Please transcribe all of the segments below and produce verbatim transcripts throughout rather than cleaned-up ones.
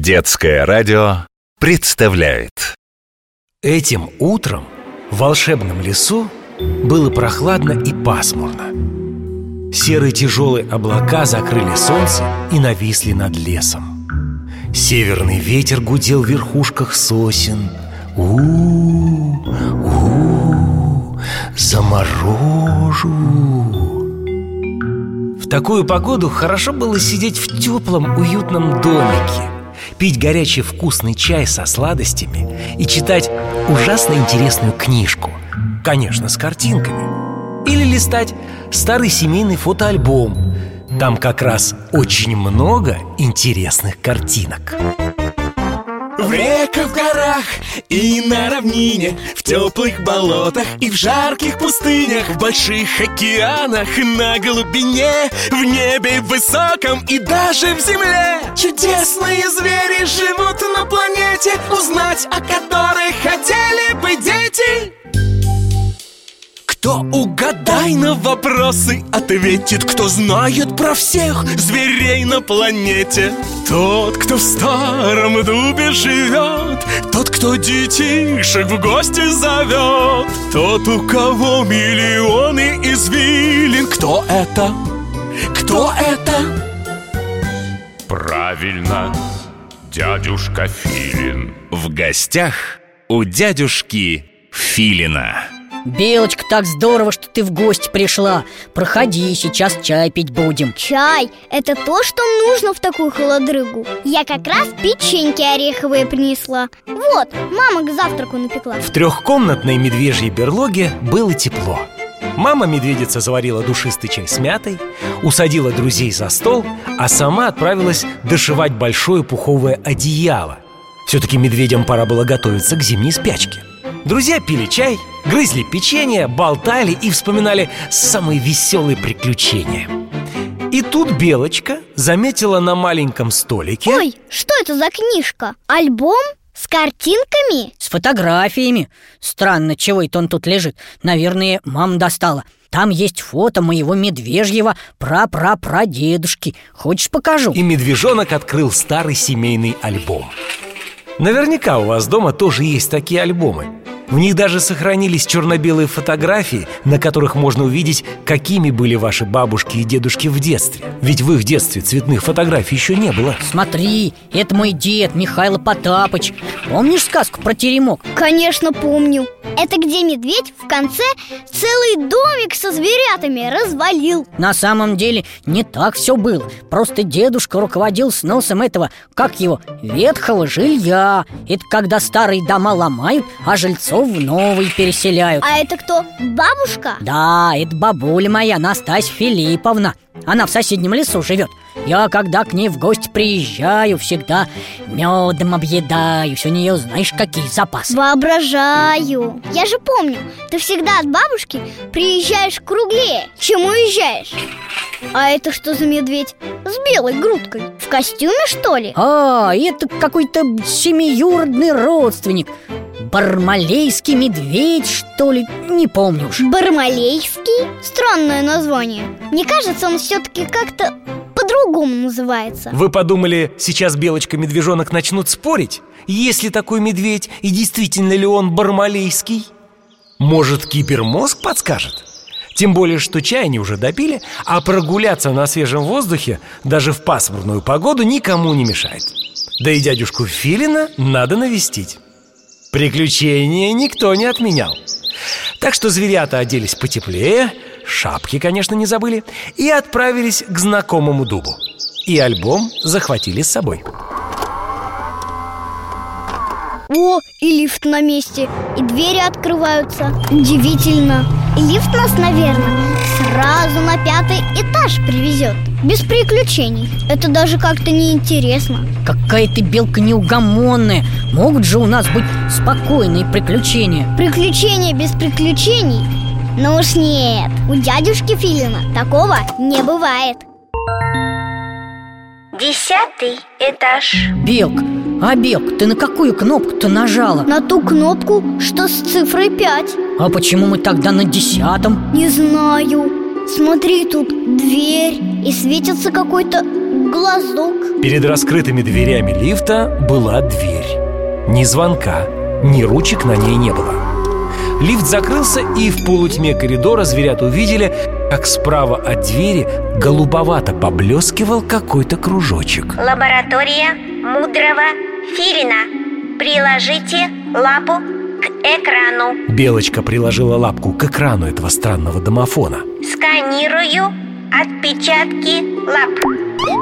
Детское радио представляет. Этим утром в волшебном лесу было прохладно и пасмурно. Серые тяжелые облака закрыли солнце и нависли над лесом. Северный ветер гудел в верхушках сосен. У-у-у, у-у-у, заморожу. В такую погоду хорошо было сидеть в теплом, уютном домике, пить горячий вкусный чай со сладостями и читать ужасно интересную книжку, конечно, с картинками. Или листать старый семейный фотоальбом. Там как раз очень много интересных картинок. В реках, в горах и на равнине, в теплых болотах и в жарких пустынях, в больших океанах, на глубине, в небе высоком и даже в земле чудесные звери живут на планете, узнать о которых хотели бы дети. Кто угадай на вопросы ответит, кто знает про всех зверей на планете. Тот, кто в старом дубе живет, тот, кто детишек в гости зовет, тот, у кого миллионы извилин. Кто это? Кто это? Правильно, дядюшка Филин. В гостях у дядюшки Филина. Белочка, так здорово, что ты в гости пришла. Проходи, сейчас чай пить будем. Чай – это то, что нужно в такую холодрыгу. Я как раз печеньки ореховые принесла. Вот, мама к завтраку напекла. В трехкомнатной медвежьей берлоге было тепло. Мама-медведица заварила душистый чай с мятой, усадила друзей за стол, а сама отправилась дошивать большое пуховое одеяло. Все-таки медведям пора было готовиться к зимней спячке. Друзья пили чай, грызли печенье, болтали и вспоминали самые веселые приключения. И тут Белочка заметила на маленьком столике... Ой, что это за книжка? Альбом? С картинками? С фотографиями. Странно, чего это он тут лежит? Наверное, мама достала. Там есть фото моего медвежьего пра-пра-прадедушки. Хочешь, покажу? И медвежонок открыл старый семейный альбом. Наверняка у вас дома тоже есть такие альбомы. В них даже сохранились черно-белые фотографии, на которых можно увидеть, какими были ваши бабушки и дедушки в детстве. Ведь в их детстве цветных фотографий еще не было. Смотри, это мой дед Михайло Потапыч. Помнишь сказку про теремок? Конечно, помню. Это где медведь в конце целый домик со зверятами развалил. На самом деле не так все было. Просто дедушка руководил сносом этого, как его, ветхого жилья. Это когда старые дома ломают, а жильцов в новые переселяют. А это кто? Бабушка? Да, это бабуля моя, Настасья Филипповна. Она в соседнем лесу живет. Я, когда к ней в гости приезжаю, всегда медом объедаюсь. У нее, знаешь, какие запасы. Воображаю. Я же помню, ты всегда от бабушки приезжаешь круглее, чем уезжаешь. А это что за медведь? С белой грудкой. В костюме, что ли? А, это какой-то семиюродный родственник. Бармалейский медведь, что ли? Не помню уж. Бармалейский? Странное название. Мне кажется, он все-таки как-то по-другому называется. Вы подумали, сейчас Белочка-медвежонок начнут спорить? Есть ли такой медведь и действительно ли он бармалейский? Может, кибермозг подскажет? Тем более, что чай они уже допили, а прогуляться на свежем воздухе даже в пасмурную погоду никому не мешает. Да и дядюшку Филина надо навестить. Приключения никто не отменял. Так что зверята оделись потеплее, шапки, конечно, не забыли, и отправились к знакомому дубу. И альбом захватили с собой. О, и лифт на месте, и двери открываются. Удивительно. И лифт нас, наверное, сразу на пятый этаж привезет. Без приключений. Это даже как-то неинтересно. Какая ты, Белка, неугомонная. Могут же у нас быть спокойные приключения. Приключения без приключений? Ну уж нет, у дядюшки Филина такого не бывает. Десятый этаж. Белка, а Белка, ты на какую кнопку-то нажала? На ту кнопку, что с цифрой пять. А почему мы тогда на десятом? Не знаю. Смотри, тут дверь, и светится какой-то глазок. Перед раскрытыми дверями лифта была дверь. Ни звонка, ни ручек на ней не было. Лифт закрылся, и в полутьме коридора зверята увидели, как справа от двери голубовато поблескивал какой-то кружочек. Лаборатория мудрого филина. Приложите лапу к экрану. Белочка приложила лапку к экрану этого странного домофона. Сканирую отпечатки лап.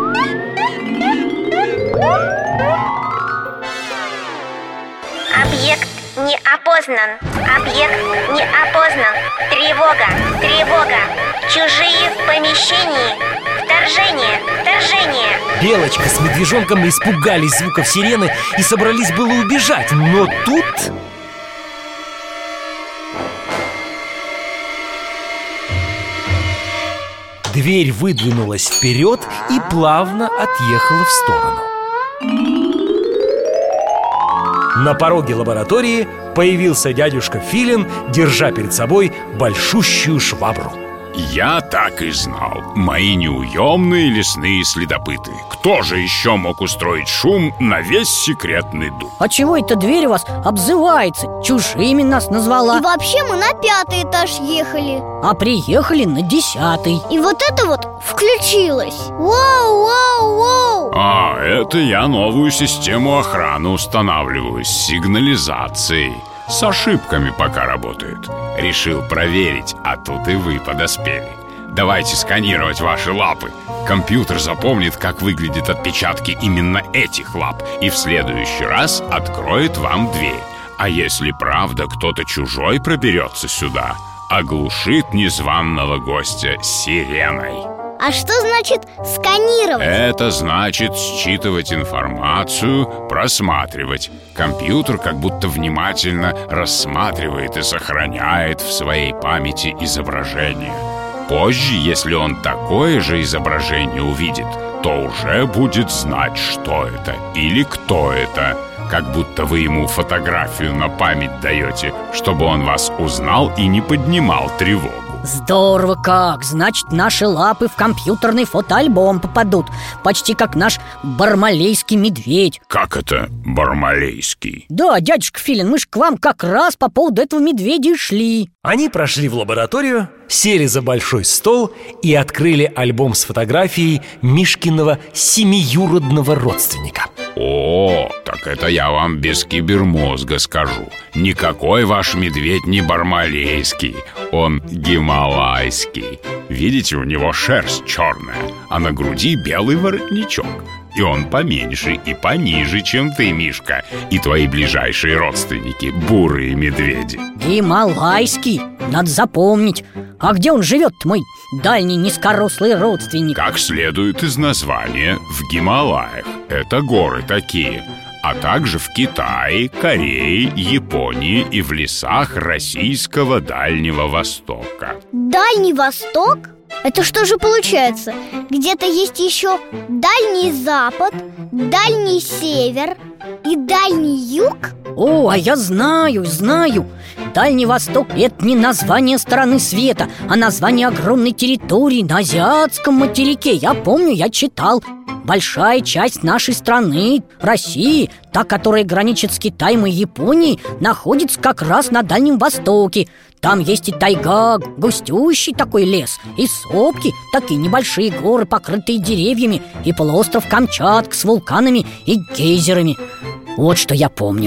Объект не опознан. Объект не опознан. Тревога, тревога. Чужие в помещении. Вторжение, вторжение. Белочка с медвежонком испугались звуков сирены и собрались было убежать, но тут... Дверь выдвинулась вперед и плавно отъехала в сторону. На пороге лаборатории появился дядюшка Филин, держа перед собой большущую швабру. Я так и знал. Мои неуемные лесные следопыты. Кто же еще мог устроить шум на весь секретный дуб? А чего эта дверь у вас обзывается? Чужими нас назвала. И вообще мы на пятый этаж ехали. А приехали на десятый. И вот это вот включилось. Воу, воу, воу. А, это я новую систему охраны устанавливаю с сигнализацией. С ошибками пока работает. Решил проверить, а тут и вы подоспели. Давайте сканировать ваши лапы. Компьютер запомнит, как выглядят отпечатки именно этих лап, и в следующий раз откроет вам дверь. А если правда кто-то чужой проберется сюда, оглушит незваного гостя сиреной. А что значит сканировать? Это значит считывать информацию, просматривать. Компьютер как будто внимательно рассматривает и сохраняет в своей памяти изображение. Позже, если он такое же изображение увидит, то уже будет знать, что это или кто это. Как будто вы ему фотографию на память даете, чтобы он вас узнал и не поднимал тревогу. Здорово как! Значит, наши лапы в компьютерный фотоальбом попадут. Почти как наш бармалейский медведь. Как это бармалейский? Да, дядюшка Филин, мы ж к вам как раз по поводу этого медведя и шли. Они прошли в лабораторию, сели за большой стол и открыли альбом с фотографией Мишкиного семиюродного родственника. О, так это я вам без кибермозга скажу. Никакой ваш медведь не бармалейский, он гималайский. Видите, у него шерсть черная, а на груди белый воротничок. И он поменьше и пониже, чем ты, Мишка, и твои ближайшие родственники, бурые медведи. Гималайский, надо запомнить. А где он живет, мой дальний низкорослый родственник? Как следует из названия, в Гималаях. Это горы такие. А также в Китае, Корее, Японии и в лесах российского Дальнего Востока. Дальний Восток? Это что же получается? Где-то есть еще Дальний Запад, Дальний Север и Дальний Юг? О, а я знаю, знаю. Дальний Восток – это не название стороны света, а название огромной территории на азиатском материке. Я помню, я читал. Большая часть нашей страны, России, та, которая граничит с Китаем и Японией, находится как раз на Дальнем Востоке. Там есть и тайга, густющий такой лес, и сопки, такие небольшие горы, покрытые деревьями, и полуостров Камчатка с вулканами и гейзерами. Вот что я помню.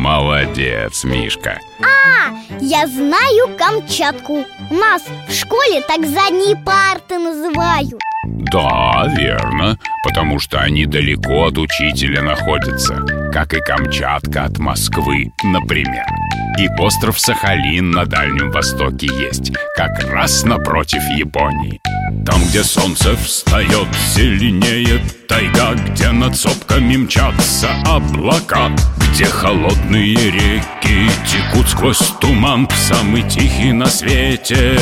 Молодец, Мишка. А, я знаю Камчатку. У нас в школе так задние парты называют. Да, верно, потому что они далеко от учителя находятся, как и Камчатка от Москвы, например. И остров Сахалин на Дальнем Востоке есть, как раз напротив Японии. Там, где солнце встает, зеленеет тайга, где над сопками мчатся облака, где холодные реки текут сквозь туман, самый тихий на свете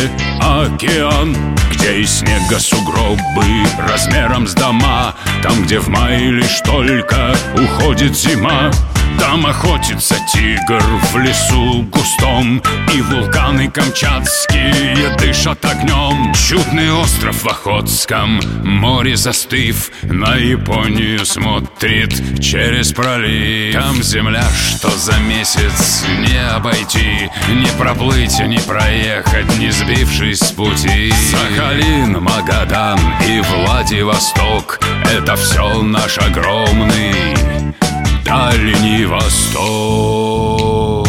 океан, где из снега сугробы размером с дома, там, где в мае лишь только уходит зима. Там охотится тигр в лесу густом, и вулканы камчатские дышат огнем. Чудный остров в Охотском море застыв, на Японию смотрит через пролив. Там земля, что за месяц не обойти, не проплыть, не проехать, не сбившись с пути. Сахалин, Магадан и Владивосток — это все наш огромный Дальний Восток.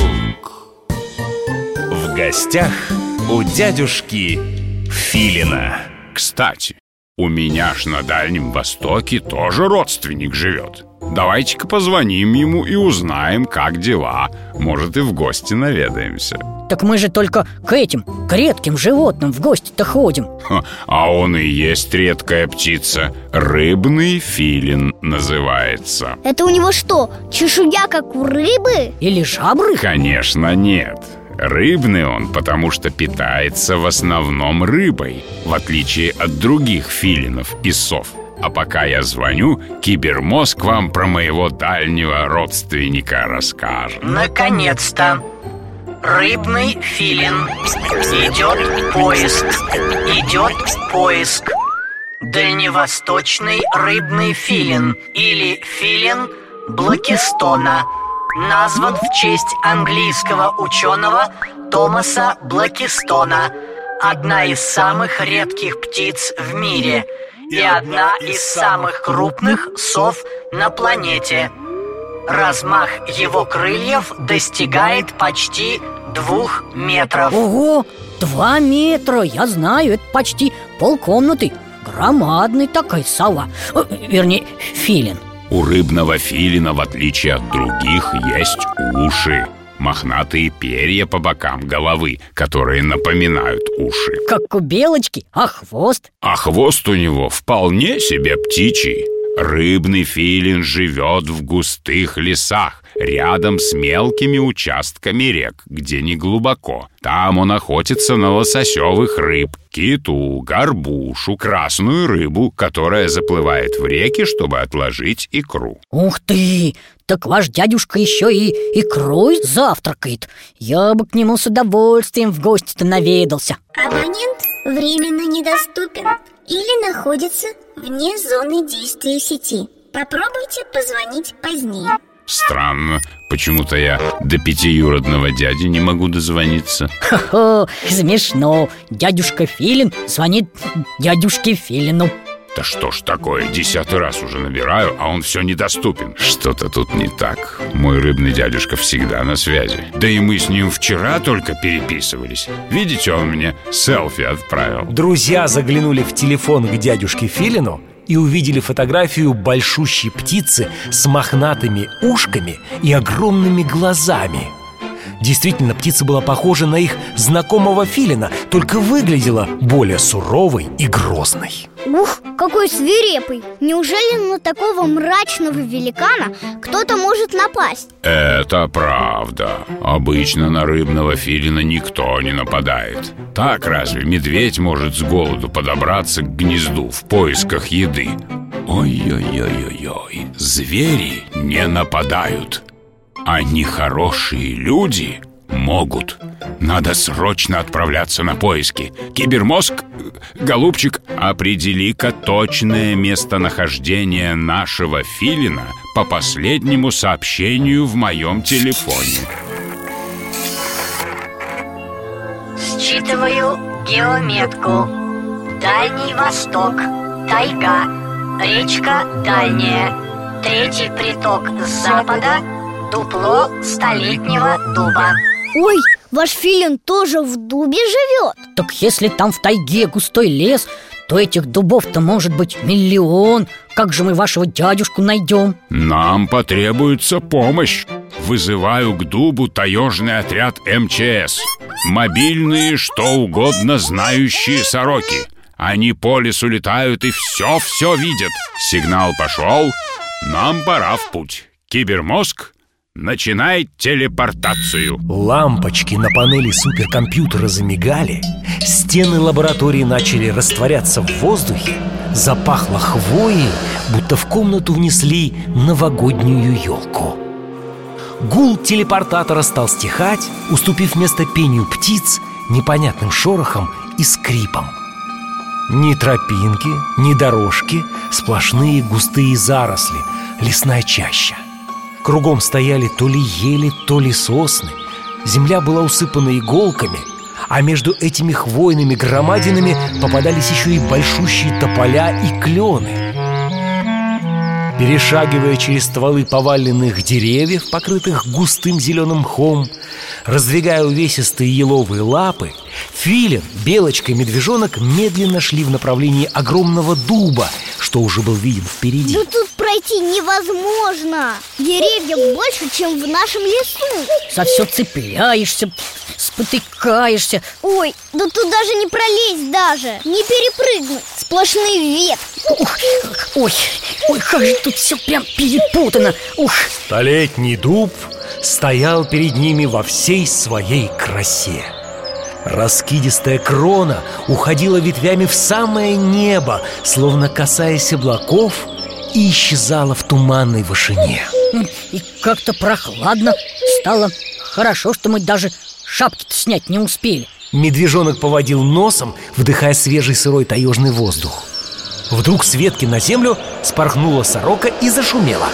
В гостях у дядюшки Филина. Кстати, у меня ж на Дальнем Востоке тоже родственник живет. Давайте-ка позвоним ему и узнаем, как дела. Может, и в гости наведаемся. Так мы же только к этим, к редким животным в гости-то ходим. Ха, а он и есть редкая птица. Рыбный филин называется. Это у него что, чешуя, как у рыбы? Или жабры? Конечно, нет. Рыбный он, потому что питается в основном рыбой, в отличие от других филинов и сов. А пока я звоню, Кибермозг вам про моего дальнего родственника расскажет. Наконец-то! Рыбный филин. Идет поезд. Идет поиск. Дальневосточный рыбный филин, или филин Блакистона, назван в честь английского ученого Томаса Блакистона. Одна из самых редких птиц в мире и одна из самых крупных сов на планете. Размах его крыльев достигает почти двух метров. Ого, два метра, я знаю, это почти полкомнаты. Громадный такая сова, э, вернее, филин. У рыбного филина, в отличие от других, есть уши. Мохнатые перья по бокам головы, которые напоминают уши. Как у белочки, а хвост? А хвост у него вполне себе птичий. Рыбный филин живет в густых лесах, рядом с мелкими участками рек, где не глубоко. Там он охотится на лососевых рыб, киту, горбушу, красную рыбу, которая заплывает в реки, чтобы отложить икру. Ух ты! Так ваш дядюшка еще и икрой завтракает. Я бы к нему с удовольствием в гости-то наведался. Абонент временно недоступен или находится вне зоны действия сети. Попробуйте позвонить позднее. Странно, почему-то я до пятиюродного дяди не могу дозвониться. Хо-хо, смешно. Дядюшка Филин звонит дядюшке Филину. Да что ж такое, десятый раз уже набираю, а он все недоступен. Что-то тут не так. Мой рыбный дядюшка всегда на связи. Да и мы с ним вчера только переписывались. Видите, он мне селфи отправил. Друзья заглянули в телефон к дядюшке Филину и увидели фотографию большущей птицы с мохнатыми ушками и огромными глазами. Действительно, птица была похожа на их знакомого филина, только выглядела более суровой и грозной. Ух, какой свирепый! Неужели на такого мрачного великана кто-то может напасть? Это правда. Обычно на рыбного филина никто не нападает. Так разве медведь может с голоду подобраться к гнезду в поисках еды? Ой-ой-ой-ой-ой, звери не нападают. А нехорошие люди могут. Надо срочно отправляться на поиски. Кибермозг, голубчик, определи-ка точное местонахождение нашего филина по последнему сообщению в моем телефоне. Считываю геометку. Дальний Восток. Тайга. Речка Дальняя. Третий приток с запада. Дупло столетнего дуба. Ой, ваш филин тоже в дубе живет? Так если там в тайге густой лес, то этих дубов-то может быть миллион. Как же мы вашего дядюшку найдем? Нам потребуется помощь. Вызываю к дубу таежный отряд эм че эс. Мобильные, что угодно знающие сороки. Они по лесу летают и все-все видят. Сигнал пошел. Нам пора в путь. Кибермозг, начинай телепортацию. Лампочки на панели суперкомпьютера замигали, стены лаборатории начали растворяться в воздухе, запахло хвоей, будто в комнату внесли новогоднюю елку. Гул телепортатора стал стихать, уступив место пению птиц, непонятным шорохом и скрипом. Ни тропинки, ни дорожки, сплошные густые заросли, лесная чаща. Кругом стояли то ли ели, то ли сосны. Земля была усыпана иголками, а между этими хвойными громадинами попадались еще и большущие тополя и клены. Перешагивая через стволы поваленных деревьев, покрытых густым зеленым мхом, раздвигая увесистые еловые лапы, Филин, Белочка и Медвежонок медленно шли в направлении огромного дуба, что уже был виден впереди. Да тут пройти невозможно. Деревьев больше, чем в нашем лесу. За все цепляешься, спотыкаешься. Ой, да тут даже не пролезть даже, не перепрыгнуть. Сплошные ветки. Ух, ой, ой, как же тут все прям перепутано. Ух. Столетний дуб стоял перед ними во всей своей красе. Раскидистая крона уходила ветвями в самое небо, словно касаясь облаков, и исчезала в туманной вышине. И как-то прохладно стало. Хорошо, что мы даже шапки-то снять не успели. Медвежонок поводил носом, вдыхая свежий сырой таежный воздух. Вдруг с ветки на землю спорхнула сорока и зашумела.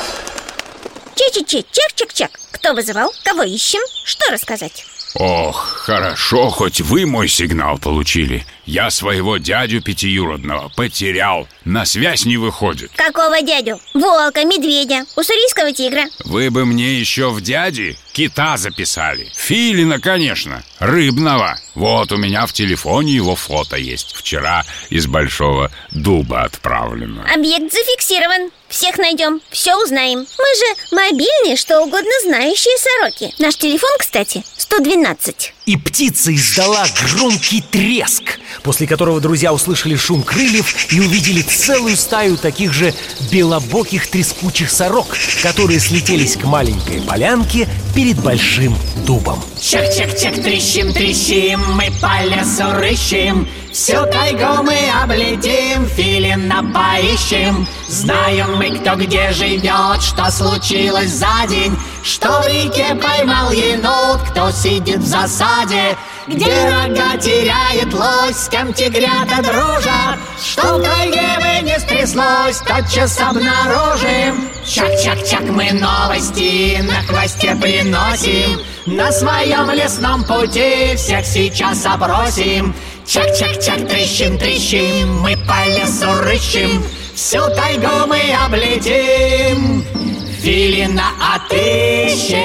Чи-чи-чи, чек-чек-чек. Кто вызывал? Кого ищем? Что рассказать? Ох, хорошо, хоть вы мой сигнал получили. Я своего дядю пятиюродного потерял. На связь не выходит. Какого дядю? Волка, медведя, уссурийского тигра? Вы бы мне еще в дяди кита записали. Филина, конечно, рыбного. Вот у меня в телефоне его фото есть. Вчера из большого дуба отправлено. Объект зафиксирован. Всех найдем, все узнаем. Мы же мобильные, что угодно знающие сороки. Наш телефон, кстати, сто двенадцать. И птица издала громкий треск, после которого друзья услышали шум крыльев и увидели целую стаю таких же белобоких трескучих сорок, которые слетелись к маленькой полянке перед большим дубом. Чак-чак-чак, трещим-трещим, мы по лесу рыщем, всю тайгу мы облетим, филина поищем. Знаем мы, кто где живет, что случилось за день, что в реке поймал енот, кто сидит в засаде, где рога теряет лось, с кем тигрята дружат. Что в тайге бы не стряслось, тотчас обнаружим. Чак-чак-чак, мы новости на хвосте приносим, на своем лесном пути всех сейчас опросим. Чак-чак-чак, трещим-трещим, мы по лесу рыщем, всю тайгу мы облетим, филина отыщем.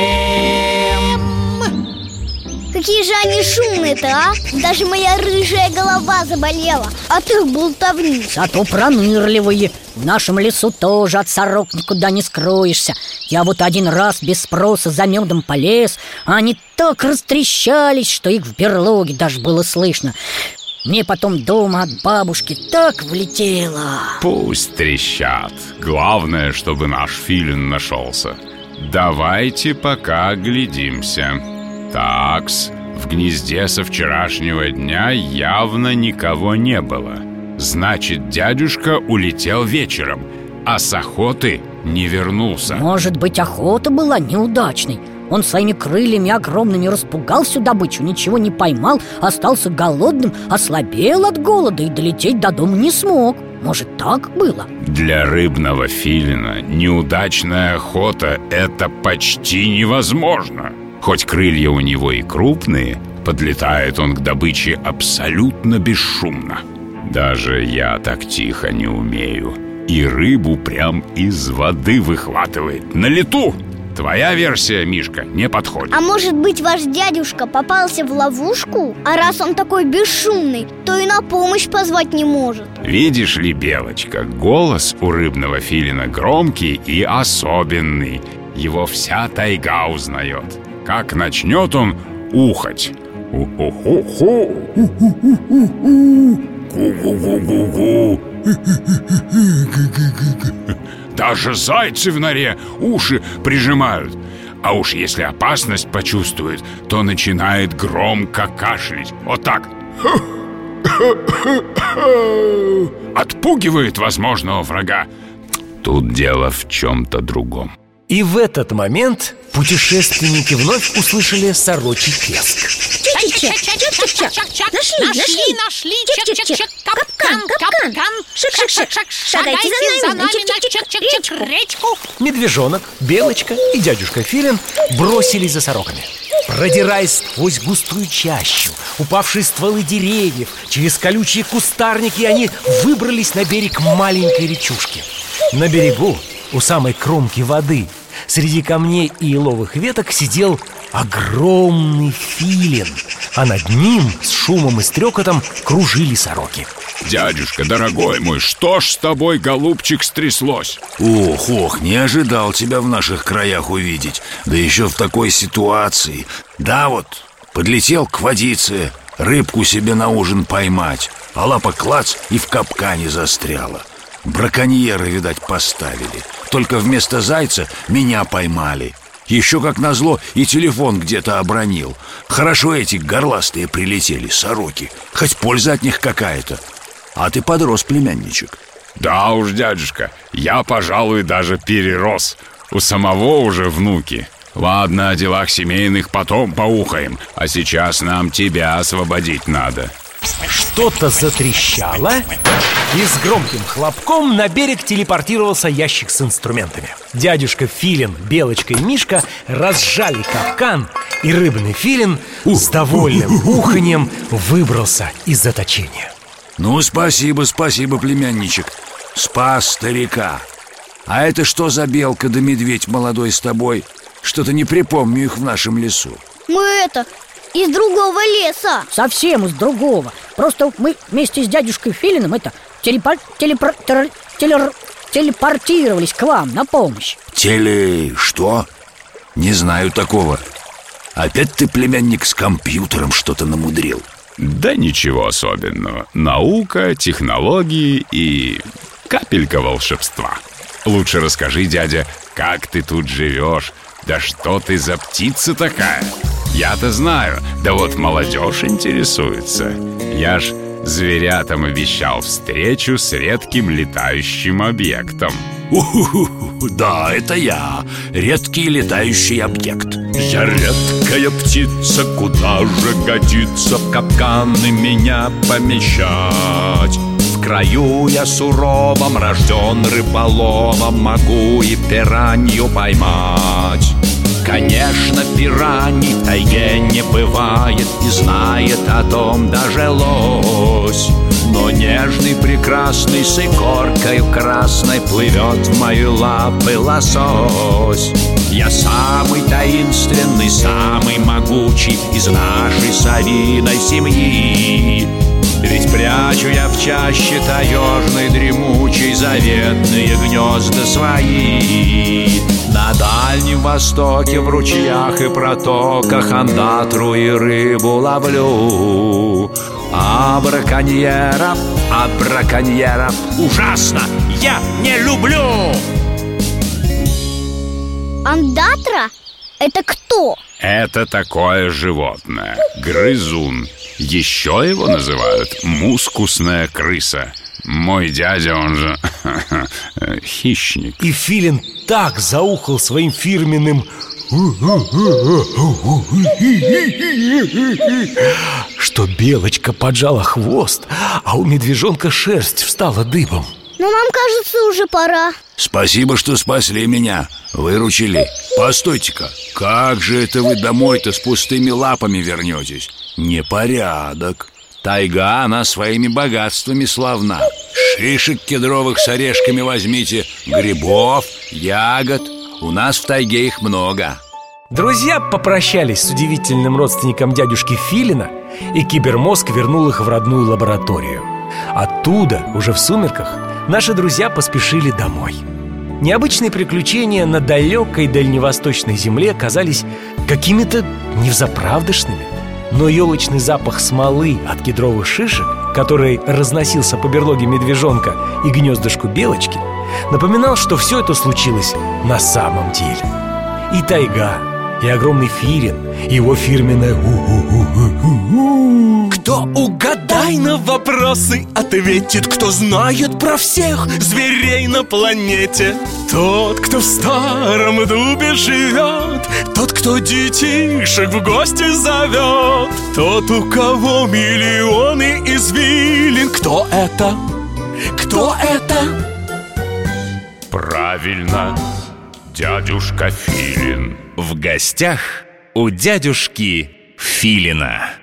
Какие же они шумные-то, а? Даже моя рыжая голова заболела от их болтовни. Зато пронырливые. В нашем лесу тоже от сорок никуда не скроешься. Я вот один раз без спроса за медом полез, а они так растрещались, что их в берлоге даже было слышно. Мне потом дома от бабушки так влетело. Пусть трещат. Главное, чтобы наш филин нашелся. Давайте пока оглядимся. Такс, в гнезде со вчерашнего дня явно никого не было. Значит, дядюшка улетел вечером, а с охоты не вернулся. Может быть, охота была неудачной. Он своими крыльями огромными распугал всю добычу, ничего не поймал, остался голодным, ослабел от голода и долететь до дома не смог. Может, так было? Для рыбного филина неудачная охота – это почти невозможно. Хоть крылья у него и крупные, подлетает он к добыче абсолютно бесшумно. Даже я так тихо не умею. И рыбу прям из воды выхватывает на лету. Твоя версия, Мишка, не подходит. А может быть, ваш дядюшка попался в ловушку? А раз он такой бесшумный, то и на помощь позвать не может. Видишь ли, Белочка, голос у рыбного филина громкий и особенный. Его вся тайга узнает. Как начнет он ухать, у-ху-ху-ху, у-ху-ху-ху-ху, гу-гу-гу-гу-гу, даже зайцы в норе уши прижимают. А уж если опасность почувствует, то начинает громко кашлять. Вот так. Отпугивает возможного врага. Тут дело в чем-то другом. И в этот момент путешественники вновь услышали сорочий песк. Нашли, нашли, нашли. Чик-чик-чик. Капкан, капкан. Шик-шик-шик. Шагайте за нами. Чик-чик-чик. Речку. Медвежонок, Белочка и дядюшка Филин бросились за сороками. Продираясь сквозь густую чащу, упавшие стволы деревьев, через колючие кустарники, они выбрались на берег маленькой речушки. На берегу, у самой кромки воды, среди камней и еловых веток сидел огромный филин, а над ним с шумом и стрекотом кружили сороки. Дядюшка, дорогой мой, что ж с тобой, голубчик, стряслось? Ох, ох, не ожидал тебя в наших краях увидеть. Да еще в такой ситуации. Да вот, подлетел к водице, рыбку себе на ужин поймать, а лапа клац и в капкане застряла. Браконьеры, видать, поставили. Только вместо зайца меня поймали. Еще, как назло, и телефон где-то обронил. Хорошо эти горластые прилетели, сороки. Хоть польза от них какая-то. А ты подрос, племянничек. Да уж, дядюшка, я, пожалуй, даже перерос. У самого уже внуки. Ладно, о делах семейных потом поухаем, а сейчас нам тебя освободить надо. Что-то затрещало, и с громким хлопком на берег телепортировался ящик с инструментами. Дядюшка Филин, Белочка и Мишка разжали капкан, и рыбный филин с довольным уханьем выбрался из заточения. Ну, спасибо, спасибо, племянничек. Спас старика. А это что за белка да медведь молодой с тобой? Что-то не припомню их в нашем лесу. Мы это, из другого леса. Совсем из другого. Просто мы вместе с дядюшкой Филином это телепор... телепор... телер... телер... телепортировались к вам на помощь. Теле... что? Не знаю такого. Опять ты, племянник, с компьютером что-то намудрил. Да ничего особенного. Наука, технологии и капелька волшебства. Лучше расскажи, дядя, как ты тут живешь? Да что ты за птица такая? Я-то знаю, да вот молодежь интересуется. Я ж зверятам обещал встречу с редким летающим объектом. У-ху-ху, да, это я, редкий летающий объект. Я редкая птица, куда же годится в капканы меня помещать? В краю я суровом, рожден рыболовом, могу и пиранью поймать. Конечно, пираний в тайге не бывает, не знает о том даже лось. Но нежный, прекрасный, с икоркою красной плывет в мои лапы лосось. Я самый таинственный, самый могучий из нашей совиной семьи. Ведь прячу я в чаще таежной дремучей заветные гнезда свои. На Дальнем Востоке в ручьях и протоках андатру и рыбу ловлю. А браконьеров, а браконьеров ужасно я не люблю. Андатра? Это кто? Это такое животное, грызун. Еще его называют мускусная крыса. Мой дядя, он же хищник. И филин так заухал своим фирменным что Белочка поджала хвост, а у медвежонка шерсть встала дыбом. Но нам кажется, уже пора. Спасибо, что спасли меня, выручили. Постойте-ка, как же это вы домой-то с пустыми лапами вернетесь? Непорядок. Тайга, она своими богатствами славна. Шишек кедровых с орешками возьмите, грибов, ягод. У нас в тайге их много. Друзья попрощались с удивительным родственником дядюшки Филина, и кибермозг вернул их в родную лабораторию. Оттуда, уже в сумерках, наши друзья поспешили домой. Необычные приключения на далекой дальневосточной земле казались какими-то невзаправдышными. Но елочный запах смолы от кедровых шишек, который разносился по берлоге медвежонка и гнездышку Белочки, напоминал, что все это случилось на самом деле. И тайга, и огромный филин, и его фирменное у-у-у-у-у-у. Кто угадай на вопросы ответит, кто знает про всех зверей на планете. Тот, кто в старом дубе живет, тот, кто детишек в гости зовет, тот, у кого миллионы извилин. Кто это? Кто это? Правильно, дядюшка Филин. В гостях у дядюшки Филина.